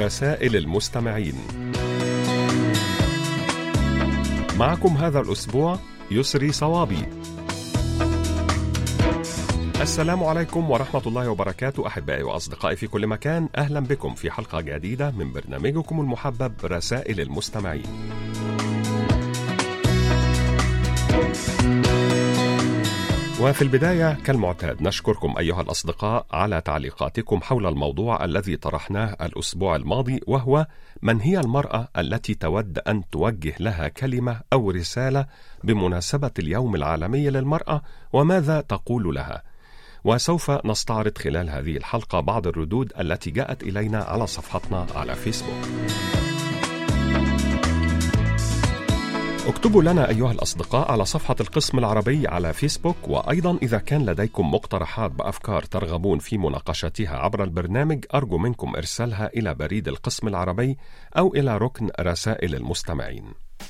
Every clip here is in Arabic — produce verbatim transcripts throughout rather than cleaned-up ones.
رسائل المستمعين. معكم هذا الأسبوع يسري صوابي. السلام عليكم ورحمة الله وبركاته أحبائي وأصدقائي في كل مكان، أهلا بكم في حلقة جديدة من برنامجكم المحبب رسائل المستمعين. وفي البداية كالمعتاد نشكركم أيها الأصدقاء على تعليقاتكم حول الموضوع الذي طرحناه الأسبوع الماضي، وهو: من هي المرأة التي تود أن توجه لها كلمة أو رسالة بمناسبة اليوم العالمي للمرأة، وماذا تقول لها؟ وسوف نستعرض خلال هذه الحلقة بعض الردود التي جاءت إلينا على صفحتنا على فيسبوك. اكتبوا لنا أيها الأصدقاء على صفحة القسم العربي على فيسبوك، وأيضا إذا كان لديكم مقترحات بأفكار ترغبون في مناقشتها عبر البرنامج، أرجو منكم إرسالها إلى بريد القسم العربي أو إلى ركن رسائل المستمعين.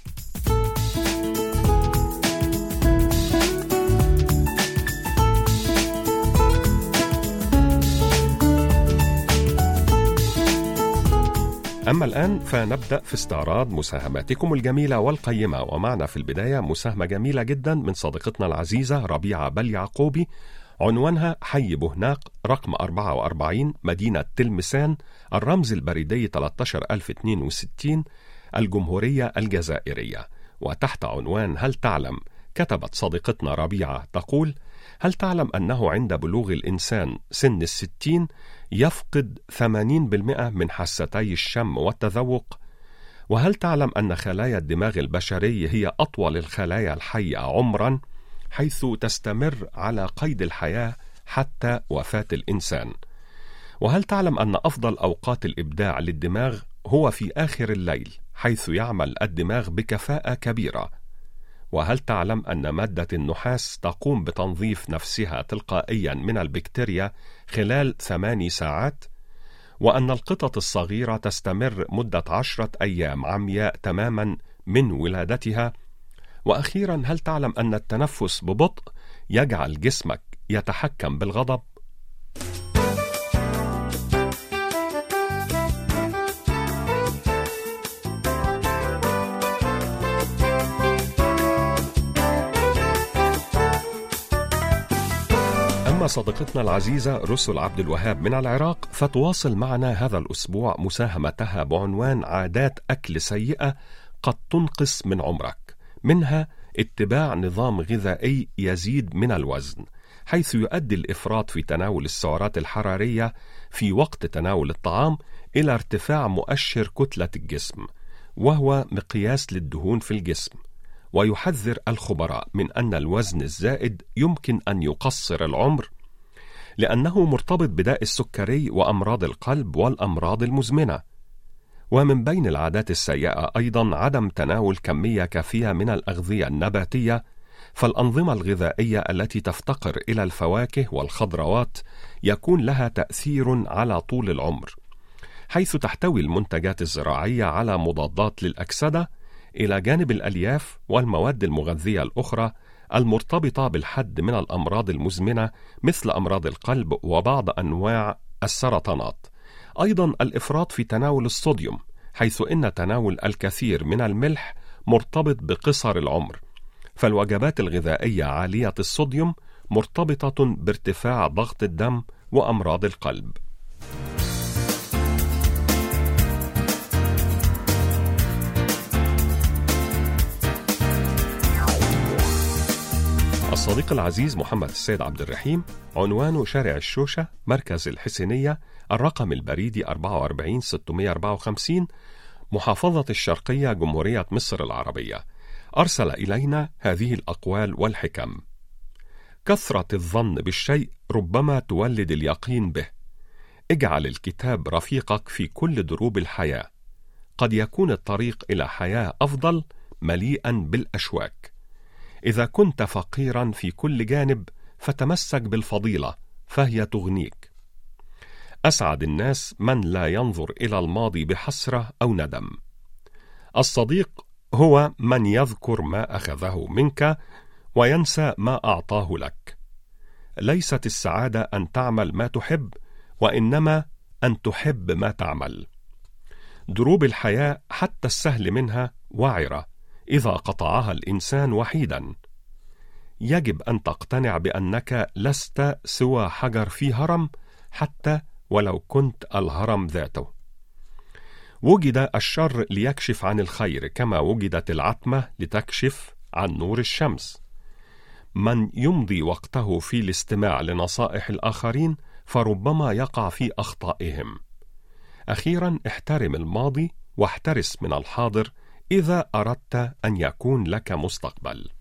أما الآن فنبدأ في استعراض مساهماتكم الجميلة والقيمة، ومعنا في البداية مساهمة جميلة جدا من صديقتنا العزيزة ربيعة بل يعقوبي، عنوانها: حي بهناق، رقم أربعة وأربعين، مدينة تلمسان، الرمز البريدي ثلاثة عشر ألف واثنين وستين، الجمهورية الجزائرية. وتحت عنوان هل تعلم، كتبت صديقتنا ربيعة تقول: هل تعلم أنه عند بلوغ الإنسان سن الستين يفقد ثمانين بالمئة من حاستي الشم والتذوق؟ وهل تعلم أن خلايا الدماغ البشري هي أطول الخلايا الحية عمرا، حيث تستمر على قيد الحياة حتى وفاة الإنسان؟ وهل تعلم أن أفضل أوقات الإبداع للدماغ هو في آخر الليل، حيث يعمل الدماغ بكفاءة كبيرة؟ وهل تعلم أن مادة النحاس تقوم بتنظيف نفسها تلقائيا من البكتيريا خلال ثماني ساعات؟ وأن القطط الصغيرة تستمر مدة عشرة أيام عمياء تماما من ولادتها؟ وأخيرا، هل تعلم أن التنفس ببطء يجعل جسمك يتحكم بالغضب؟ أما صديقتنا العزيزة رسل عبد الوهاب من العراق، فتواصل معنا هذا الأسبوع مساهمتها بعنوان عادات أكل سيئة قد تنقص من عمرك، منها اتباع نظام غذائي يزيد من الوزن، حيث يؤدي الإفراط في تناول السعرات الحرارية في وقت تناول الطعام إلى ارتفاع مؤشر كتلة الجسم، وهو مقياس للدهون في الجسم. ويحذر الخبراء من أن الوزن الزائد يمكن أن يقصر العمر، لأنه مرتبط بداء السكري وأمراض القلب والأمراض المزمنة. ومن بين العادات السيئة أيضا عدم تناول كمية كافية من الأغذية النباتية، فالأنظمة الغذائية التي تفتقر إلى الفواكه والخضروات يكون لها تأثير على طول العمر، حيث تحتوي المنتجات الزراعية على مضادات للأكسدة، إلى جانب الألياف والمواد المغذية الأخرى المرتبطة بالحد من الأمراض المزمنة مثل أمراض القلب وبعض أنواع السرطانات. أيضا الإفراط في تناول الصوديوم، حيث إن تناول الكثير من الملح مرتبط بقصر العمر، فالوجبات الغذائية عالية الصوديوم مرتبطة بارتفاع ضغط الدم وأمراض القلب. الصديق العزيز محمد السيد عبد الرحيم، عنوانه شارع الشوشة، مركز الحسينية، الرقم البريدي أربعة وأربعين ستمائة وأربعة وخمسين، محافظة الشرقية، جمهورية مصر العربية. أرسل إلينا هذه الأقوال والحكم: كثرة الظن بالشيء ربما تولد اليقين به. اجعل الكتاب رفيقك في كل دروب الحياة. قد يكون الطريق إلى حياة أفضل مليئا بالأشواك. إذا كنت فقيرا في كل جانب فتمسك بالفضيلة فهي تغنيك. أسعد الناس من لا ينظر إلى الماضي بحسرة أو ندم. الصديق هو من يذكر ما أخذه منك وينسى ما أعطاه لك. ليست السعادة أن تعمل ما تحب، وإنما أن تحب ما تعمل. دروب الحياة حتى السهل منها وعرة إذا قطعها الإنسان وحيدا. يجب أن تقتنع بأنك لست سوى حجر في هرم حتى ولو كنت الهرم ذاته. وجد الشر ليكشف عن الخير كما وجدت العتمة لتكشف عن نور الشمس. من يمضي وقته في الاستماع لنصائح الآخرين فربما يقع في أخطائهم. أخيرا، احترم الماضي واحترس من الحاضر إذا أردت أن يكون لك مستقبل.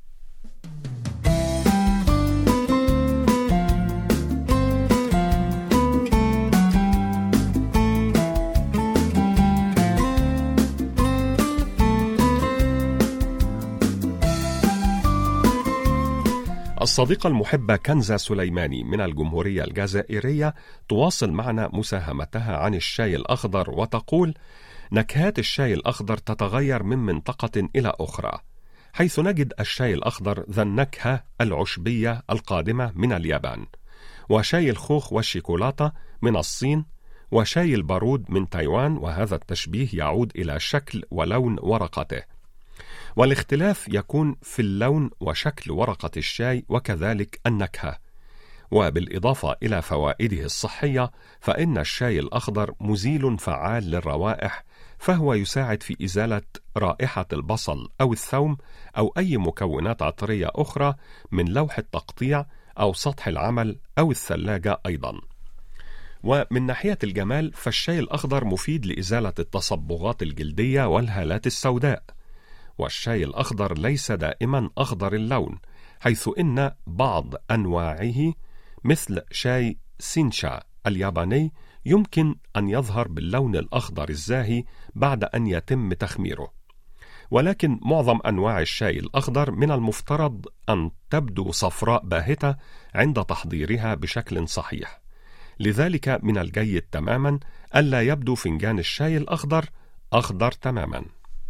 الصديقة المحبة كنزة سليماني من الجمهورية الجزائرية تواصل معنا مساهمتها عن الشاي الأخضر وتقول: نكهات الشاي الأخضر تتغير من منطقة إلى أخرى، حيث نجد الشاي الأخضر ذا النكهة العشبية القادمة من اليابان، وشاي الخوخ والشيكولاتة من الصين، وشاي البارود من تايوان، وهذا التشبيه يعود إلى شكل ولون ورقته، والاختلاف يكون في اللون وشكل ورقة الشاي وكذلك النكهة. وبالإضافة إلى فوائده الصحية، فإن الشاي الأخضر مزيل فعال للروائح، فهو يساعد في إزالة رائحة البصل أو الثوم أو أي مكونات عطرية أخرى من لوح التقطيع أو سطح العمل أو الثلاجة أيضا. ومن ناحية الجمال، فالشاي الأخضر مفيد لإزالة التصبغات الجلدية والهالات السوداء. والشاي الأخضر ليس دائما أخضر اللون، حيث إن بعض أنواعه مثل شاي سينشا الياباني يمكن أن يظهر باللون الأخضر الزاهي بعد أن يتم تخميره. ولكن معظم أنواع الشاي الأخضر من المفترض أن تبدو صفراء باهتة عند تحضيرها بشكل صحيح. لذلك من الجيد تماما ألا يبدو فنجان الشاي الأخضر أخضر تماما.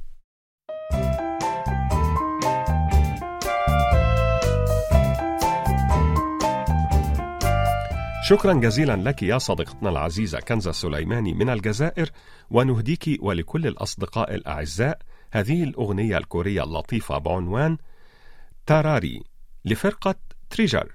شكرا جزيلا لك يا صديقتنا العزيزة كنزة سليماني من الجزائر، ونهديك ولكل الأصدقاء الأعزاء هذه الأغنية الكورية اللطيفة بعنوان تاراري لفرقة تريجر.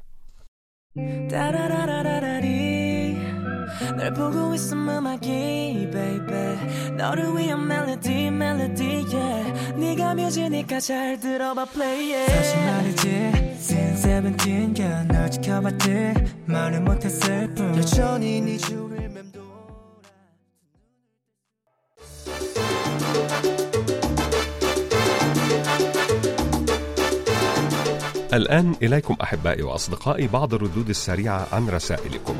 널 보고 있음 음악이 baby 너를 위한 멜로디 멜로디 yeah 네가 뮤지니까 잘 들어봐 play it 사실 말이지 since seventeen yeah 널 지켜봤지 말을 못했을 뿐 여전히 네 주위를 맴돌아. الآن إليكم أحبائي وأصدقائي بعض الردود السريعة عن رسائلكم.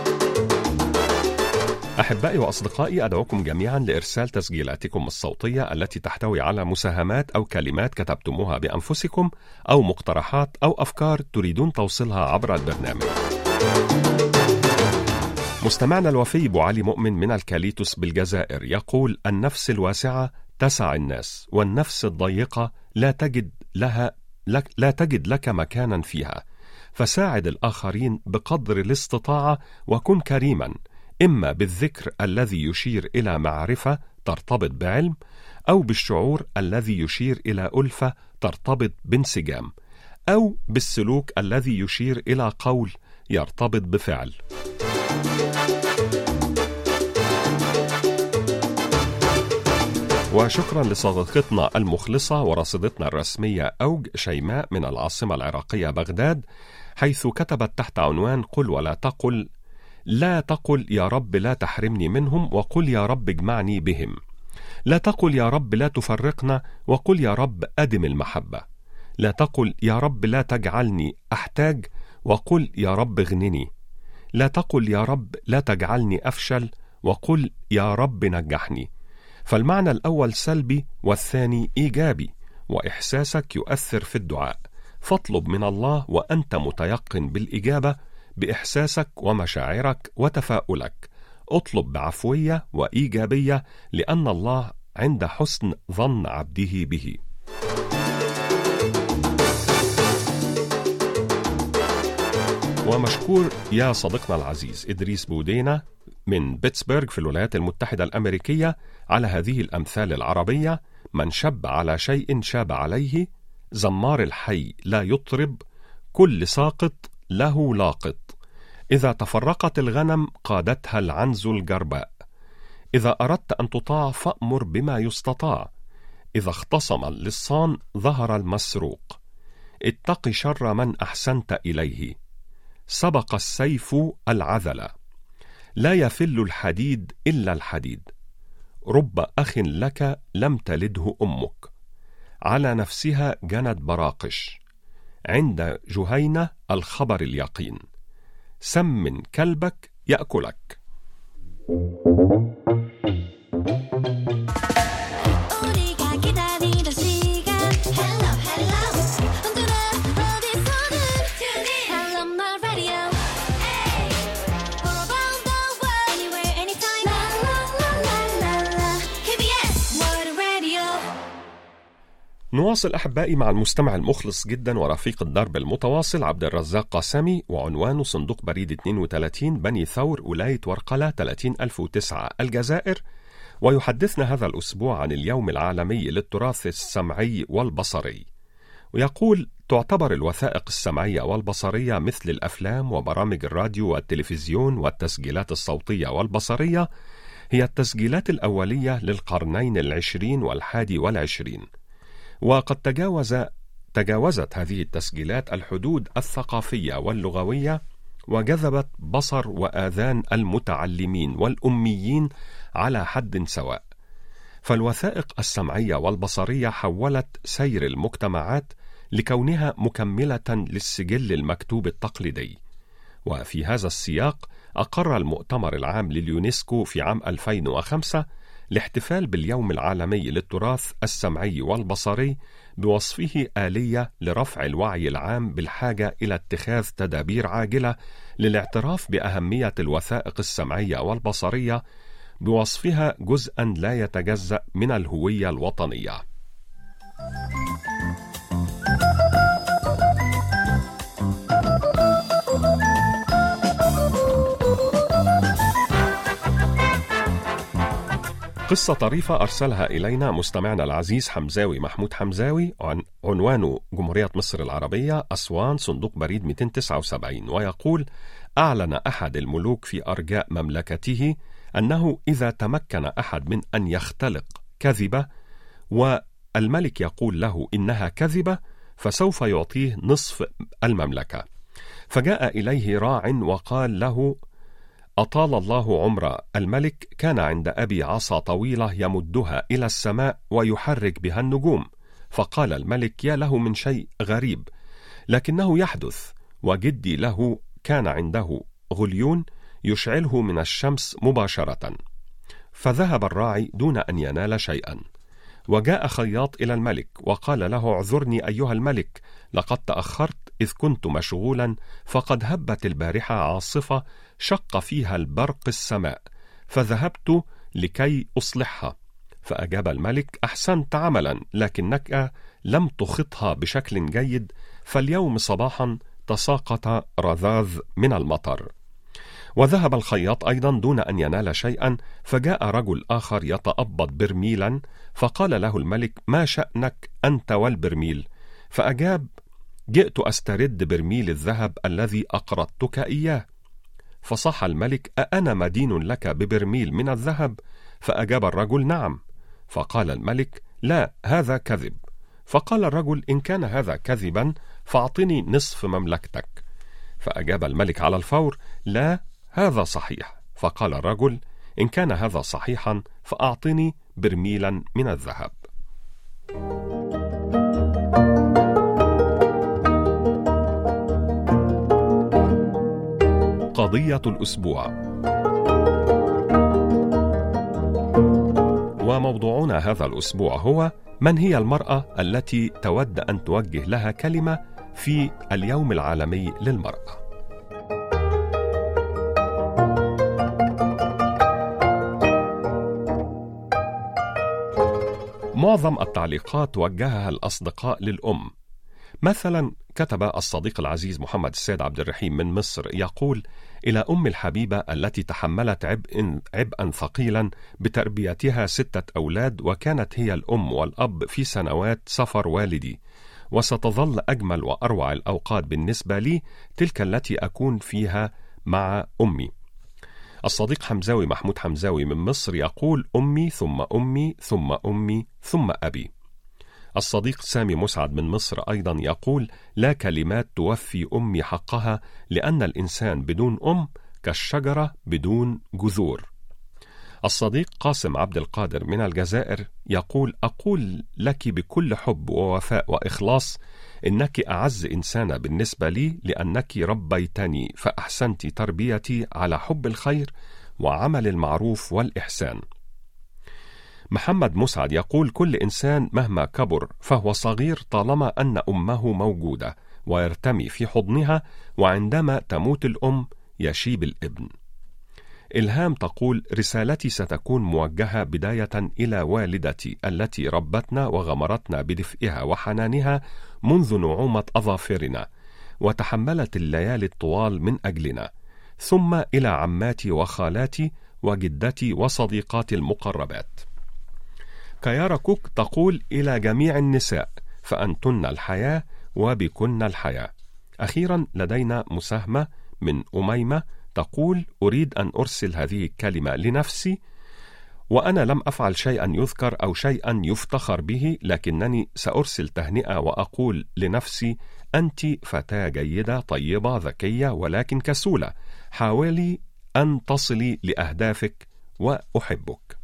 أحبائي وأصدقائي، أدعوكم جميعا لإرسال تسجيلاتكم الصوتية التي تحتوي على مساهمات أو كلمات كتبتموها بأنفسكم أو مقترحات أو أفكار تريدون توصيلها عبر البرنامج. مستمعنا الوفي أبو علي مؤمن من الكاليتوس بالجزائر يقول: النفس الواسعة تسع الناس، والنفس الضيقة لا تجد لها لك لا تجد لك مكانا فيها، فساعد الآخرين بقدر الاستطاعة وكن كريما، إما بالذكر الذي يشير إلى معرفة ترتبط بعلم، أو بالشعور الذي يشير إلى ألفة ترتبط بانسجام، أو بالسلوك الذي يشير إلى قول يرتبط بفعل. وشكرا لصديقتنا المخلصة ورصيدتنا الرسمية أوج شيماء من العاصمة العراقية بغداد، حيث كتبت تحت عنوان: قل ولا تقل، لا تقل يا رب لا تحرمني منهم، وقل يا رب اجمعني بهم. لا تقل يا رب لا تفرقنا، وقل يا رب أدم المحبة. لا تقل يا رب لا تجعلني أحتاج، وقل يا رب اغنني. لا تقل يا رب لا تجعلني أفشل، وقل يا رب نجحني. فالمعنى الأول سلبي والثاني إيجابي، وإحساسك يؤثر في الدعاء، فاطلب من الله وأنت متيقن بالإجابة بإحساسك ومشاعرك وتفاؤلك. اطلب بعفوية وإيجابية، لأن الله عند حسن ظن عبده به. ومشكور يا صديقنا العزيز إدريس بودينا من بيتسبرغ في الولايات المتحدة الأمريكية على هذه الأمثال العربية: من شب على شيء شاب عليه، زمار الحي لا يطرب، كل ساقط له لاقط، إذا تفرقت الغنم قادتها العنز الجرباء، إذا أردت أن تطاع فأمر بما يستطاع، إذا اختصم اللصان ظهر المسروق، اتق شر من أحسنت إليه، سبق السيف العذل، لا يفل الحديد إلا الحديد، رب أخ لك لم تلده أمك، على نفسها جنت براقش، عند جهينة الخبر اليقين، سمن كلبك يأكلك. نواصل أحبائي مع المستمع المخلص جدا ورفيق الدرب المتواصل عبد الرزاق قاسمي، وعنوانه صندوق بريد اثنين وثلاثين بني ثور ولاية ورقلة ثلاثين ألف وتسعة الجزائر. ويحدثنا هذا الأسبوع عن اليوم العالمي للتراث السمعي والبصري، ويقول: تعتبر الوثائق السمعية والبصرية مثل الأفلام وبرامج الراديو والتلفزيون والتسجيلات الصوتية والبصرية هي التسجيلات الأولية للقرنين العشرين والحادي والعشرين، وقد تجاوز تجاوزت هذه التسجيلات الحدود الثقافية واللغوية وجذبت بصر وآذان المتعلمين والأميين على حد سواء. فالوثائق السمعية والبصرية حولت سير المجتمعات لكونها مكملة للسجل المكتوب التقليدي. وفي هذا السياق أقر المؤتمر العام لليونسكو في عام ألفين وخمسة الاحتفال باليوم العالمي للتراث السمعي والبصري بوصفه آلية لرفع الوعي العام بالحاجة إلى اتخاذ تدابير عاجلة للاعتراف بأهمية الوثائق السمعية والبصرية، بوصفها جزءا لا يتجزأ من الهوية الوطنية. قصة طريفة أرسلها إلينا مستمعنا العزيز حمزاوي محمود حمزاوي، عن عنوانه جمهورية مصر العربية أسوان صندوق بريد مئتين وتسعة وسبعين، ويقول: أعلن أحد الملوك في أرجاء مملكته أنه إذا تمكن أحد من أن يختلق كذبة والملك يقول له إنها كذبة فسوف يعطيه نصف المملكة. فجاء إليه راع وقال له: أطال الله عمر الملك، كان عند أبي عصا طويلة يمدها إلى السماء ويحرك بها النجوم. فقال الملك: يا له من شيء غريب، لكنه يحدث، وجدي له كان عنده غليون يشعله من الشمس مباشرة. فذهب الراعي دون أن ينال شيئا، وجاء خياط إلى الملك وقال له: اعذرني أيها الملك، لقد تأخرت إذ كنت مشغولا، فقد هبت البارحة عاصفة شق فيها البرق السماء، فذهبت لكي أصلحها. فأجاب الملك: أحسنت عملا، لكنك لم تخطها بشكل جيد، فاليوم صباحا تساقط رذاذ من المطر. وذهب الخياط أيضا دون أن ينال شيئا، فجاء رجل آخر يتأبط برميلا، فقال له الملك: ما شأنك أنت والبرميل؟ فأجاب: جئت أسترد برميل الذهب الذي أقرضتك إياه. فصح الملك: أأنا مدين لك ببرميل من الذهب؟ فأجاب الرجل: نعم. فقال الملك: لا، هذا كذب. فقال الرجل: إن كان هذا كذبا فأعطني نصف مملكتك. فأجاب الملك على الفور: لا، هذا صحيح. فقال الرجل: إن كان هذا صحيحا فأعطني برميلا من الذهب. قضية الأسبوع. وموضوعنا هذا الأسبوع هو: من هي المرأة التي تود أن توجه لها كلمة في اليوم العالمي للمرأة؟ معظم التعليقات وجهها الأصدقاء للأم. مثلا: كتب الصديق العزيز محمد السيد عبد الرحيم من مصر يقول: إلى أم الحبيبة التي تحملت عبء عبئا ثقيلا بتربيتها ستة أولاد، وكانت هي الأم والأب في سنوات سفر والدي، وستظل أجمل وأروع الأوقات بالنسبة لي تلك التي أكون فيها مع أمي. الصديق حمزاوي محمود حمزاوي من مصر يقول: أمي ثم أمي ثم أمي ثم أبي. الصديق سامي مسعد من مصر أيضا يقول: لا كلمات توفي أمي حقها، لأن الإنسان بدون أم كالشجرة بدون جذور. الصديق قاسم عبد القادر من الجزائر يقول: أقول لك بكل حب ووفاء وإخلاص إنك أعز إنسانة بالنسبة لي، لأنك ربيتني فأحسنت تربيتي على حب الخير وعمل المعروف والإحسان. محمد مسعد يقول: كل إنسان مهما كبر فهو صغير طالما أن أمه موجودة ويرتمي في حضنها، وعندما تموت الأم يشيب الابن. إلهام تقول: رسالتي ستكون موجهة بداية إلى والدتي التي ربتنا وغمرتنا بدفئها وحنانها منذ نعومة أظافرنا، وتحملت الليالي الطوال من أجلنا، ثم إلى عماتي وخالاتي وجدتي وصديقاتي المقربات. كيارا كوك تقول: إلى جميع النساء، فأنتن الحياة وبكن الحياة. أخيرا لدينا مساهمة من أميمة تقول: أريد أن أرسل هذه الكلمة لنفسي، وأنا لم أفعل شيئا يذكر أو شيئا يفتخر به، لكنني سأرسل تهنئة وأقول لنفسي: أنت فتاة جيدة طيبة ذكية ولكن كسولة، حاولي أن تصلي لأهدافك وأحبك.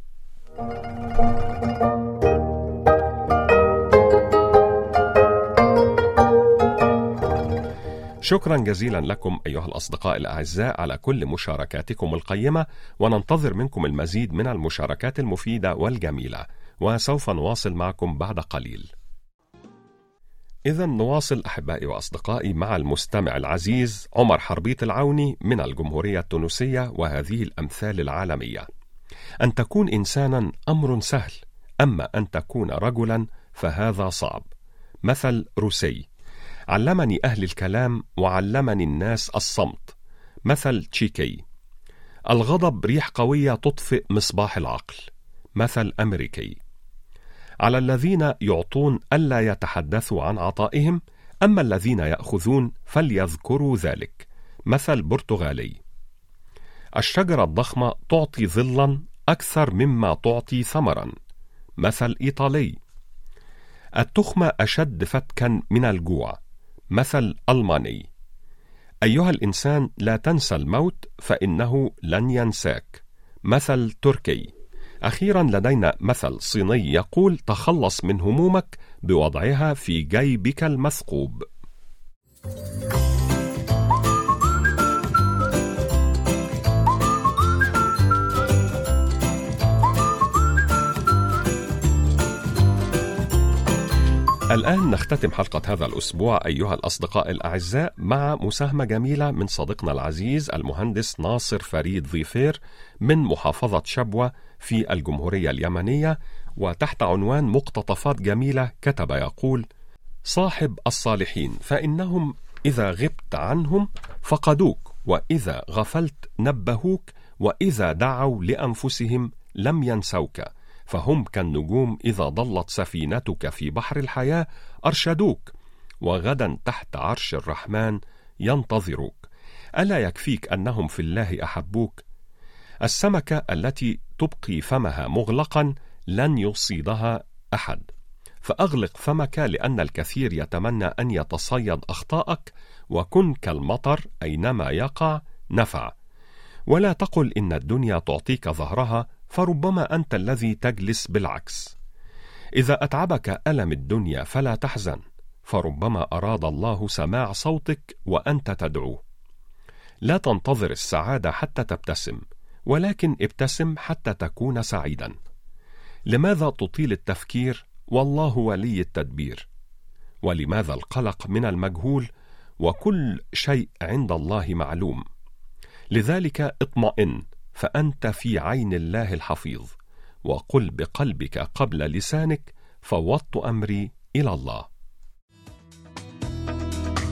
شكرا جزيلا لكم أيها الأصدقاء الأعزاء على كل مشاركاتكم القيمة، وننتظر منكم المزيد من المشاركات المفيدة والجميلة، وسوف نواصل معكم بعد قليل. إذا نواصل أحبائي وأصدقائي مع المستمع العزيز عمر حربيط العوني من الجمهورية التونسية، وهذه الأمثال العالمية: أن تكون إنسانا أمر سهل، أما أن تكون رجلا فهذا صعب. مثل روسي: علمني أهل الكلام وعلمني الناس الصمت. مثل تشيكي: الغضب ريح قوية تطفئ مصباح العقل. مثل أمريكي: على الذين يعطون ألا يتحدثوا عن عطائهم، أما الذين يأخذون فليذكروا ذلك. مثل برتغالي: الشجرة الضخمة تعطي ظلا أكثر مما تعطي ثمرا. مثل إيطالي: التخمة أشد فتكا من الجوع. مثل ألماني: أيها الإنسان لا تنسى الموت فإنه لن ينساك. مثل تركي. أخيرا لدينا مثل صيني يقول: تخلص من همومك بوضعها في جيبك المثقوب. الآن نختتم حلقة هذا الأسبوع أيها الأصدقاء الأعزاء مع مساهمة جميلة من صديقنا العزيز المهندس ناصر فريد ضيفير من محافظة شبوة في الجمهورية اليمنية، وتحت عنوان مقتطفات جميلة كتب يقول: صاحب الصالحين فإنهم إذا غبت عنهم فقدوك، وإذا غفلت نبهوك، وإذا دعوا لأنفسهم لم ينسوك، فهم كالنجوم إذا ضلت سفينتك في بحر الحياة أرشدوك، وغدا تحت عرش الرحمن ينتظروك. ألا يكفيك أنهم في الله أحبوك؟ السمكة التي تبقي فمها مغلقا لن يصيدها أحد، فأغلق فمك لأن الكثير يتمنى أن يتصيد أخطائك، وكن كالمطر أينما يقع نفع. ولا تقل إن الدنيا تعطيك ظهرها، فربما أنت الذي تجلس بالعكس. إذا أتعبك ألم الدنيا فلا تحزن، فربما أراد الله سماع صوتك وأنت تدعوه. لا تنتظر السعادة حتى تبتسم، ولكن ابتسم حتى تكون سعيدا. لماذا تطيل التفكير والله ولي التدبير؟ ولماذا القلق من المجهول وكل شيء عند الله معلوم؟ لذلك اطمئن، فأنت في عين الله الحفيظ، وقل بقلبك قبل لسانك: فوضت أمري إلى الله.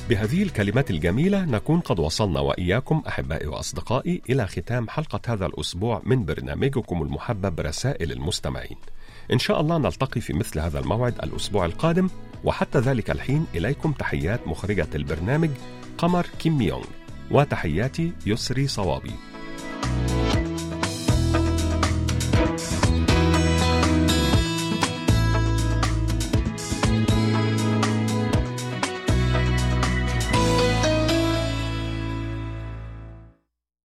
بهذه الكلمات الجميلة نكون قد وصلنا وإياكم أحبائي وأصدقائي إلى ختام حلقة هذا الأسبوع من برنامجكم المحبب رسائل المستمعين. إن شاء الله نلتقي في مثل هذا الموعد الأسبوع القادم، وحتى ذلك الحين إليكم تحيات مخرجة البرنامج قمر كيم يونغ، وتحياتي يسري صوابي.